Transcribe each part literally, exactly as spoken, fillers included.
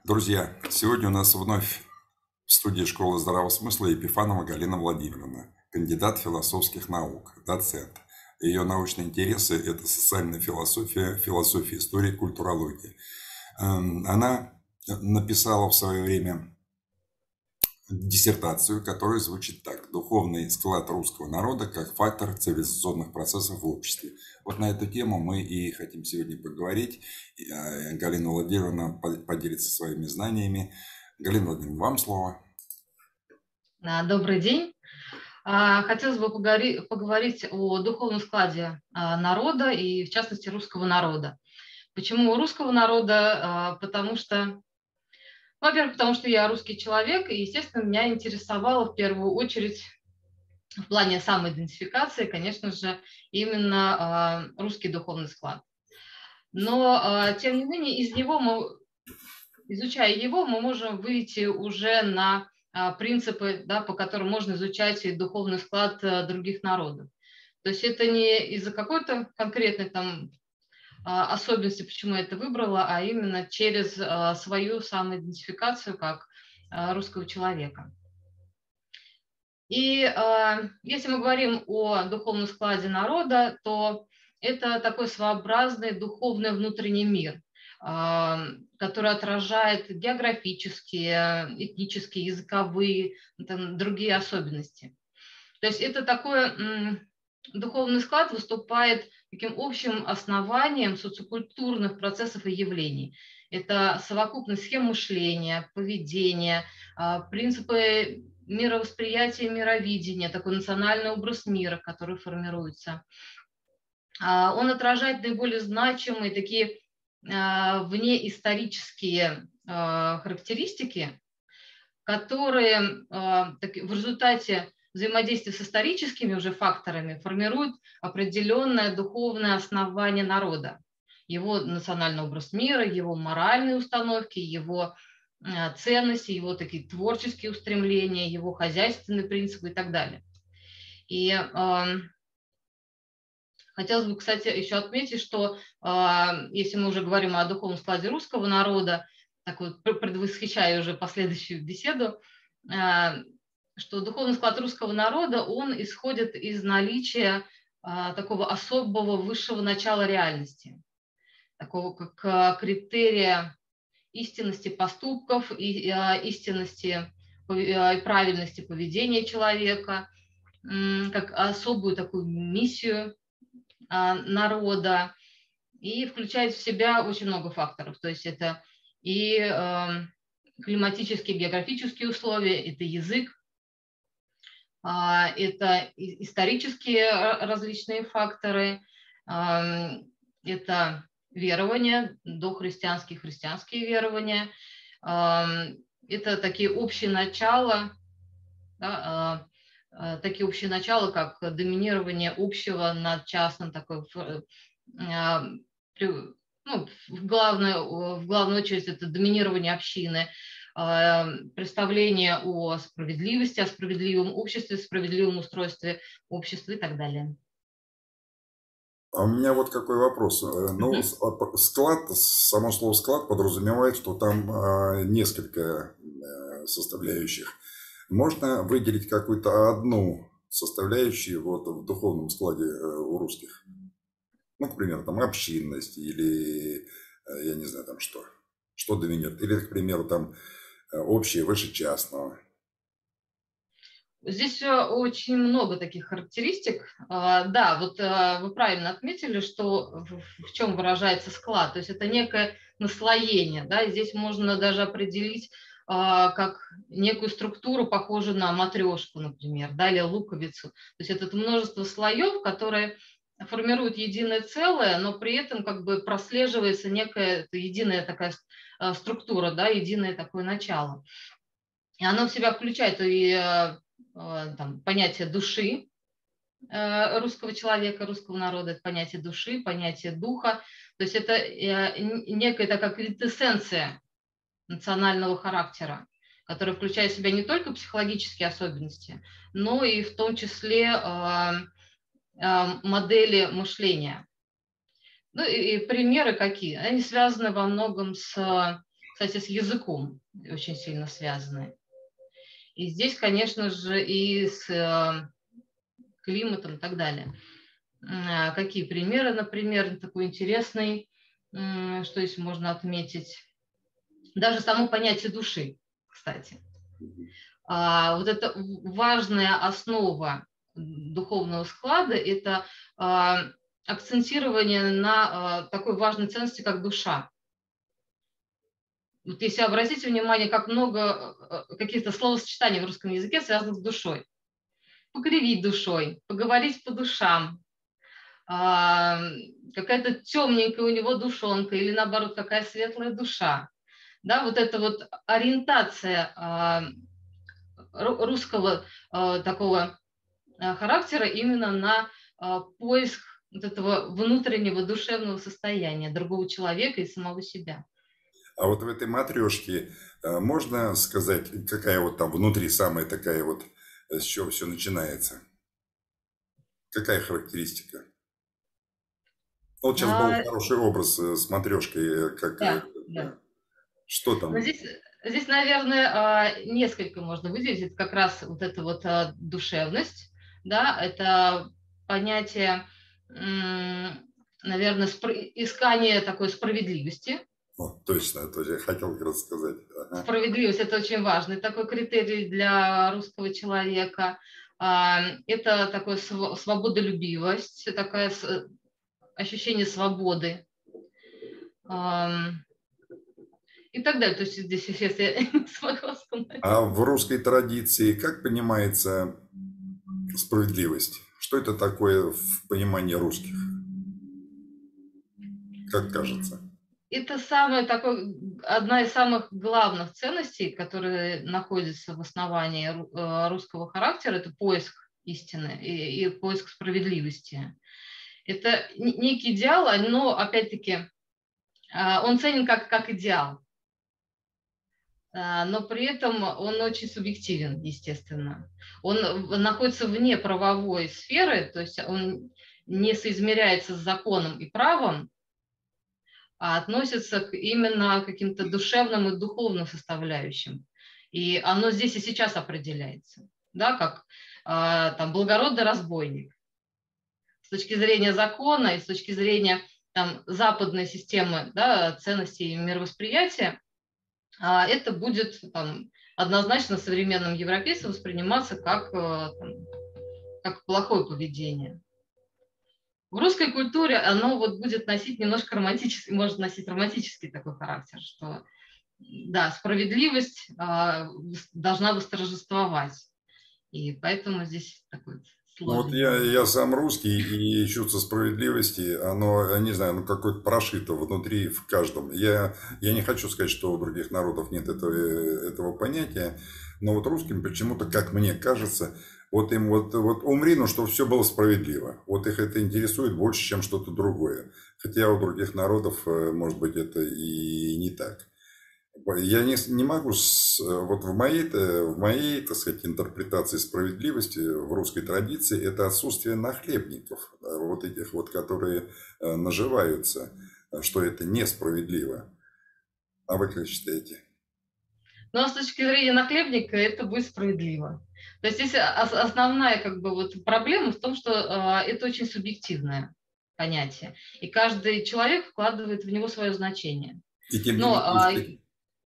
Друзья, сегодня у нас вновь в студии Школы здравого смысла Епифанова Галина Владимировна, кандидат философских наук, доцент. Ее научные интересы – это социальная философия, философия истории, культурология. Эм, Она написала в свое время диссертацию, которая звучит так: «Духовный склад русского народа как фактор цивилизационных процессов в обществе». Вот на эту тему мы и хотим сегодня поговорить. Э, Галина Владимировна поделится своими знаниями. Галина Владимировна, вам слово. А, Добрый день. А, Хотелось бы погори- поговорить о духовном складе а, народа и, в частности, русского народа. Почему у русского народа? А, Потому что, во-первых, потому что я русский человек, и, естественно, меня интересовало в первую очередь в плане самоидентификации, конечно же, именно а, русский духовный склад. Но, а, тем не менее, из него мы изучая его, мы можем выйти уже на а, принципы, да, по которым можно изучать и духовный склад а, других народов. То есть это не из-за какой-то конкретной там а, особенности, почему я это выбрала, а именно через а, свою самоидентификацию как а, русского человека. И а, если мы говорим о духовном складе народа, то это такой своеобразный духовный внутренний мир, а, который отражает географические, этнические, языковые, там, другие особенности. То есть это такой м, духовный склад выступает таким общим основанием социокультурных процессов и явлений. Это совокупность схем мышления, поведения, а, принципы мировосприятия, мировидения, такой национальный образ мира, который формируется. А, Он отражает наиболее значимые такие а, внеисторические а, характеристики, которые а, так, в результате взаимодействия с историческими уже факторами формируют определенное духовное основание народа, его национальный образ мира, его моральные установки, его а, ценности, его такие творческие устремления, его хозяйственные принципы и так далее. И а, хотелось бы, кстати, еще отметить, что а, если мы уже говорим о духовном складе русского народа, так вот предвосхищая уже последующую беседу, а, что духовный склад русского народа, он исходит из наличия а, такого особого высшего начала реальности, такого как а, критерия истинности поступков и а, истинности а, и правильности поведения человека, м, как особую такую миссию а, народа, и включает в себя очень много факторов. То есть это и э, климатические, географические условия, это язык, а, это исторические различные факторы, а, это верования, дохристианские, христианские верования, а, это такие общие начала, да, а, а, такие общие начала, как доминирование общего над частным, такой, а, при- ну, в, главную, в главную очередь это доминирование общины, а, представление о справедливости, о справедливом обществе, справедливом устройстве общества и так далее. А у меня вот какой вопрос. Э, Ну, Мгм. с- а, п- склад, само слово склад подразумевает, что там а, несколько э, составляющих. Можно выделить какую-то одну составляющую вот в духовном складе э, у русских? Ну, к примеру, там общинность или, э, я не знаю, там что. Что доминирует? Или, к примеру, там э, общее выше частного. Здесь э, очень много таких характеристик. А, Да, вот э, вы правильно отметили, что в в чем выражается склад. То есть это некое наслоение. Да, и здесь можно даже определить а, как некую структуру, похожую на матрешку, например, да, или луковицу. То есть это множество слоев, которые формируют единое целое, но при этом как бы прослеживается некая единая такая э, структура, да, единое такое начало. И оно в себя включает и э, э, там, понятие души э, русского человека, русского народа, это понятие души, понятие духа. То есть это э, некая такая квинтэссенция национального характера, которая включает в себя не только психологические особенности, но и в том числе э, э, модели мышления. Ну и, и примеры какие? Они связаны во многом с, с кстати, с языком очень сильно связаны. И здесь, конечно же, и с э, климатом и так далее. А какие примеры, например, такой интересный, что здесь можно отметить? Даже само понятие души, кстати. А, вот это важная основа духовного склада – это а, акцентирование на а, такой важной ценности, как душа. Вот если обратите внимание, как много каких-то словосочетаний в русском языке связанных с душой. Покривить душой, поговорить по душам, а, какая-то темненькая у него душонка или, наоборот, какая светлая душа. Да, вот эта вот ориентация а, русского а, такого а, характера именно на а, поиск вот этого внутреннего душевного состояния другого человека и самого себя. А вот в этой матрешке можно сказать, какая вот там внутри самая такая вот, с чего все начинается? Какая характеристика? Вот сейчас был А, хороший образ с матрешкой, как да, да. что Но там? здесь, здесь, наверное, несколько можно выделить. Это как раз вот эта вот душевность, да, это понятие, наверное, искание такой справедливости. О, точно, то я хотел как раз сказать. Ага. Справедливость – это очень важный такой критерий для русского человека. Это такое свободолюбивость, такое ощущение свободы. И так далее. То есть здесь, сейчас я не смогу остановить. А в русской традиции как понимается справедливость? Что это такое в понимании русских? Как кажется? Это самое такое, одна из самых главных ценностей, которые находятся в основании русского характера, это поиск истины и, и поиск справедливости. Это некий идеал, но опять-таки он ценен как, как идеал. Но при этом он очень субъективен, естественно. Он находится вне правовой сферы, то есть он не соизмеряется с законом и правом, а относится к именно каким-то душевным и духовным составляющим. И оно здесь и сейчас определяется, да, как там благородный разбойник. С точки зрения закона и с точки зрения там, западной системы, да, ценностей и мировосприятия, это будет там, однозначно современным европейцам восприниматься как, там, как плохое поведение. В русской культуре оно вот будет носить немножко романтический, может носить романтический такой характер, что да, справедливость а, должна восторжествовать. И поэтому здесь такой Ну вот я, я сам русский, и чувство справедливости, оно, я не знаю, ну какое-то прошито внутри в каждом. Я, я не хочу сказать, что у других народов нет этого, этого понятия, но вот русским почему-то, как мне кажется, вот им вот, вот умри, но чтобы все было справедливо. Вот их это интересует больше, чем что-то другое. Хотя у других народов, может быть, это и не так. Я не, не могу, с, вот в моей, в моей, так сказать, интерпретации справедливости в русской традиции это отсутствие нахлебников, вот этих вот, которые наживаются, что это несправедливо. А вы как считаете? Ну, а с точки зрения нахлебника это будет справедливо. То есть здесь основная как бы вот проблема в том, что э, это очень субъективное понятие, и каждый человек вкладывает в него свое значение. И тем не Но, менее,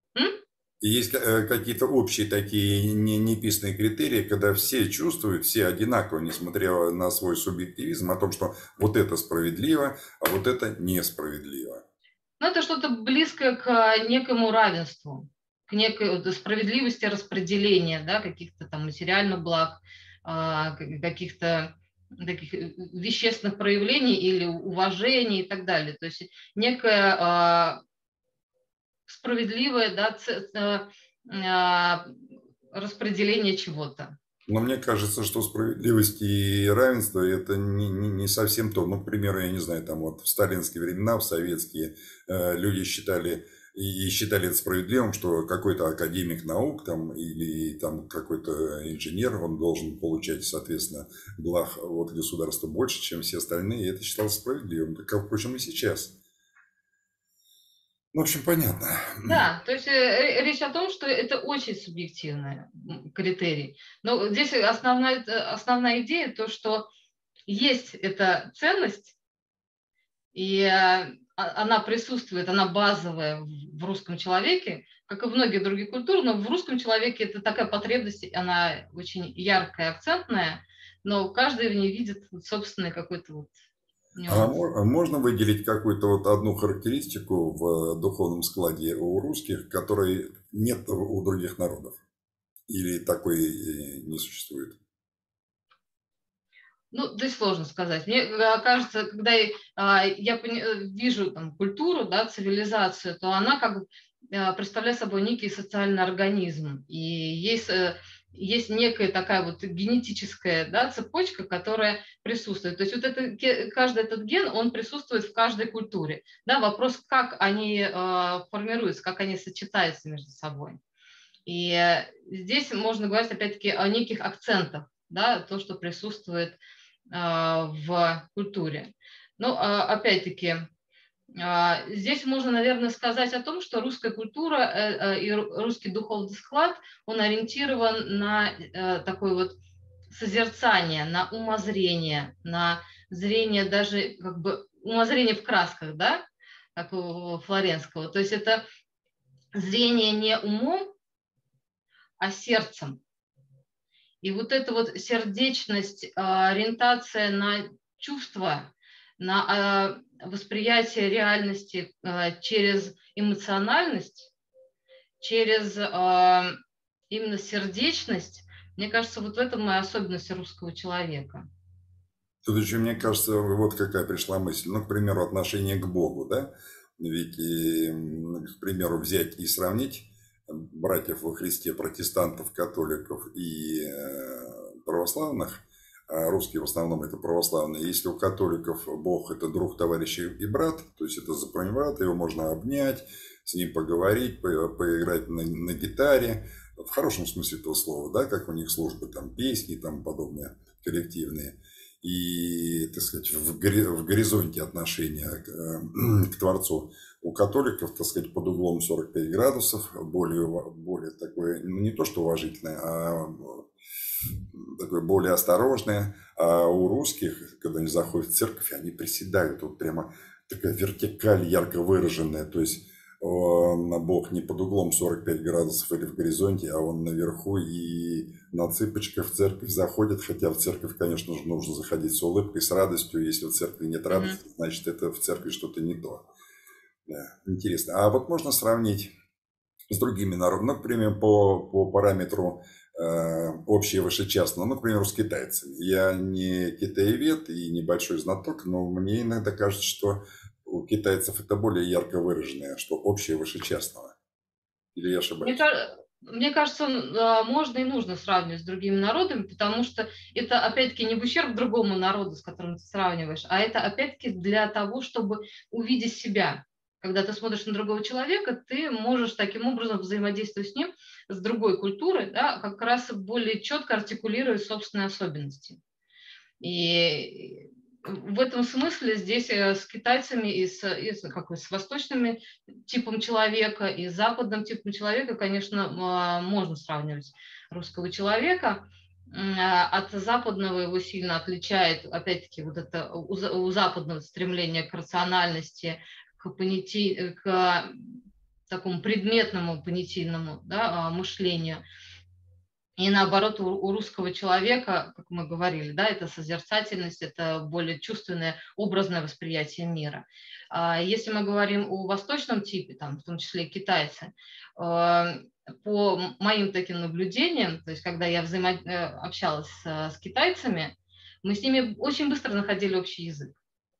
и есть какие-то общие такие неписанные критерии, когда все чувствуют, все одинаково, несмотря на свой субъективизм, о том, что вот это справедливо, а вот это несправедливо. Ну, это что-то близкое к некому равенству, к некой справедливости распределения, да, каких-то там материальных благ, каких-то таких вещественных проявлений или уважения и так далее. То есть некое справедливое, да, распределение чего-то. Но мне кажется, что справедливость и равенство это не, не, не совсем то. Ну, к примеру, я не знаю, там вот в сталинские времена, в советские, э, люди считали и считали это справедливым, что какой-то академик наук там, или там какой-то инженер, он должен получать, соответственно, благ от государства больше, чем все остальные, и это считалось справедливым, как, впрочем, и сейчас. В общем, понятно. Да, то есть э, речь о том, что это очень субъективный критерий. Но здесь основная, основная идея то, что есть эта ценность, и э, она присутствует, она базовая в русском человеке, как и в многих других культурах, но в русском человеке это такая потребность, она очень яркая, акцентная, но каждый в ней видит собственный какой-то вот А нюанс. мо- а можно выделить какую-то вот одну характеристику в духовном складе у русских, которой нет у других народов? Или такой э, не существует? Ну, здесь сложно сказать. Мне э, кажется, когда я, а, я пони- э, вижу там культуру, да, цивилизацию, то она как бы э, представляет собой некий социальный организм. И есть, э, есть некая такая вот генетическая, да, цепочка, которая присутствует. То есть вот это, ге- каждый этот ген, он присутствует в каждой культуре. Да, вопрос, как они э, формируются, как они сочетаются между собой. И э, здесь можно говорить, опять-таки, о неких акцентах, да, то, что присутствует а, в культуре. Ну, а, опять-таки, а, здесь можно, наверное, сказать о том, что русская культура э, э, и русский духовный склад, он ориентирован на э, такое вот созерцание, на умозрение, на зрение даже как бы умозрение в красках, да, как у Флоренского. То есть это зрение не умом, а сердцем. И вот эта вот сердечность, а, ориентация на чувства, на а, восприятие реальности а, через эмоциональность, через а, именно сердечность, мне кажется, вот в этом и особенность русского человека. Тут еще, мне кажется, вот какая пришла мысль. Ну, к примеру, отношение к Богу, да? Ведь, и, м, к примеру, взять и сравнить братьев во Христе, протестантов, католиков и э, православных, а русские в основном это православные. Если у католиков Бог это друг, товарищ и брат, то есть это брат, его можно обнять, с ним поговорить, по- поиграть на, на гитаре, в хорошем смысле этого слова, да, как у них службы, там песни и тому подобное, коллективные. И, так сказать, в, гори- в горизонте отношения к, э, к Творцу. У католиков, так сказать, под углом сорок пять градусов, более, более такое, ну, не то что уважительное, а такое более осторожное. А у русских, когда они заходят в церковь, они приседают. Вот прямо такая вертикаль ярко выраженная. То есть он, Бог не под углом сорок пять градусов или в горизонте, а он наверху и на цыпочках в церковь заходит. Хотя в церковь, конечно же, нужно заходить с улыбкой, с радостью. Если в церкви нет Мгм. радости, значит, это в церкви что-то не то. Да, интересно. А вот можно сравнить с другими народами, ну, например, по, по параметру э, общее выше-частное, ну, например, с китайцами. Я не китаевед и небольшой знаток, но мне иногда кажется, что у китайцев это более ярко выраженное, что общее выше-частного. Или я Мне, ошибаюсь? ка- мне кажется, а, можно и нужно сравнивать с другими народами, потому что это, опять-таки, не в ущерб другому народу, с которым ты сравниваешь, а это, опять-таки, для того, чтобы увидеть себя. Когда ты смотришь на другого человека, ты можешь таким образом взаимодействовать с ним, с другой культурой, да, как раз более четко артикулируя собственные особенности. И в этом смысле здесь э, с китайцами и с, и с, как бы, с восточным типом человека и с западным типом человека, конечно, а, можно сравнивать русского человека. М, а От западного его сильно отличает, опять-таки, вот это у, за- у западного стремление к рациональности, к, понятий, к такому предметному понятийному, да, а, мышлению. И наоборот, у, у русского человека, как мы говорили, да, это созерцательность, это более чувственное, образное восприятие мира. А если мы говорим о восточном типе, там, в том числе и китайцы, э, по моим таким наблюдениям, то есть когда я взаимо... э, общалась с, с китайцами, мы с ними очень быстро находили общий язык.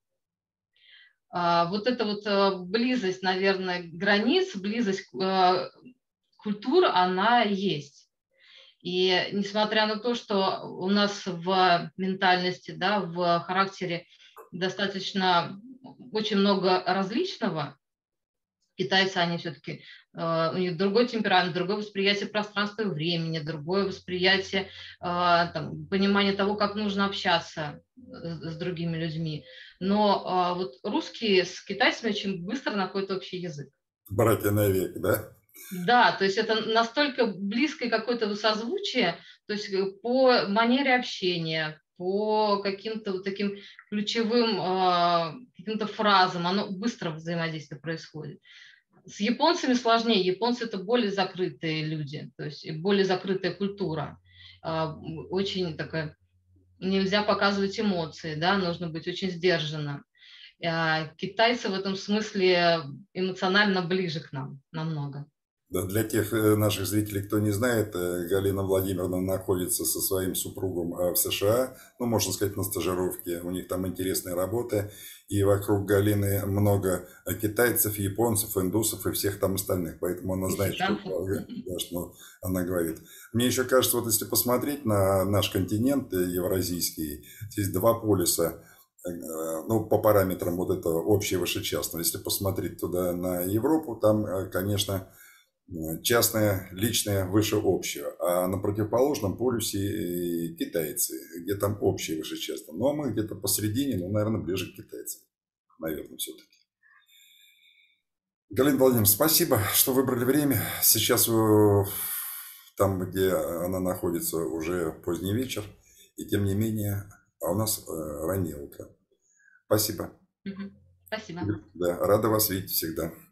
А, вот эта вот э, близость, наверное, границ, близость э, культур, она есть. И несмотря на то, что у нас в ментальности, да, в характере достаточно очень много различного, китайцы, они все-таки, э, у них другой темперамент, другое восприятие пространства и времени, другое восприятие, э, там, понимание того, как нужно общаться с, с другими людьми. Но э, вот русские с китайцами очень быстро находят общий язык. Братья навек, да? Да, то есть это настолько близкое какое-то созвучие, то есть э, по манере общения, по каким-то вот таким ключевым а, каким-то фразам, оно быстро взаимодействие происходит. С японцами сложнее. Японцы это более закрытые люди, то есть и более закрытая культура. А, м, Очень такая, нельзя показывать эмоции, да, нужно быть очень сдержанным. А, Китайцы в этом смысле эмоционально ближе к нам намного. Да, для тех э, наших зрителей, кто не знает, э, Галина Владимировна находится со своим супругом э, в США, ну, можно сказать, на стажировке. У них там интересная работа. И вокруг Галины много э, китайцев, японцев, индусов и всех там остальных. Поэтому она знает, что, Мексиканцев. э, да, что она говорит. Мне еще кажется, вот если посмотреть на наш континент э, евразийский, здесь два полюса. э, Ну, по параметрам вот этого общего вышечасного. Если посмотреть туда на Европу, там, э, конечно, частное, личное выше общего. А на противоположном полюсе и китайцы, где там общее выше частное. Ну, а мы где-то посередине, ну, наверное, ближе к китайцам. Наверное, все-таки. Галина Владимировна, спасибо, что выбрали время. Сейчас э, там, где она находится, уже поздний вечер. И тем не менее, а у нас э, раннее утро. Спасибо. Мгм. Спасибо. Да, рада вас видеть всегда.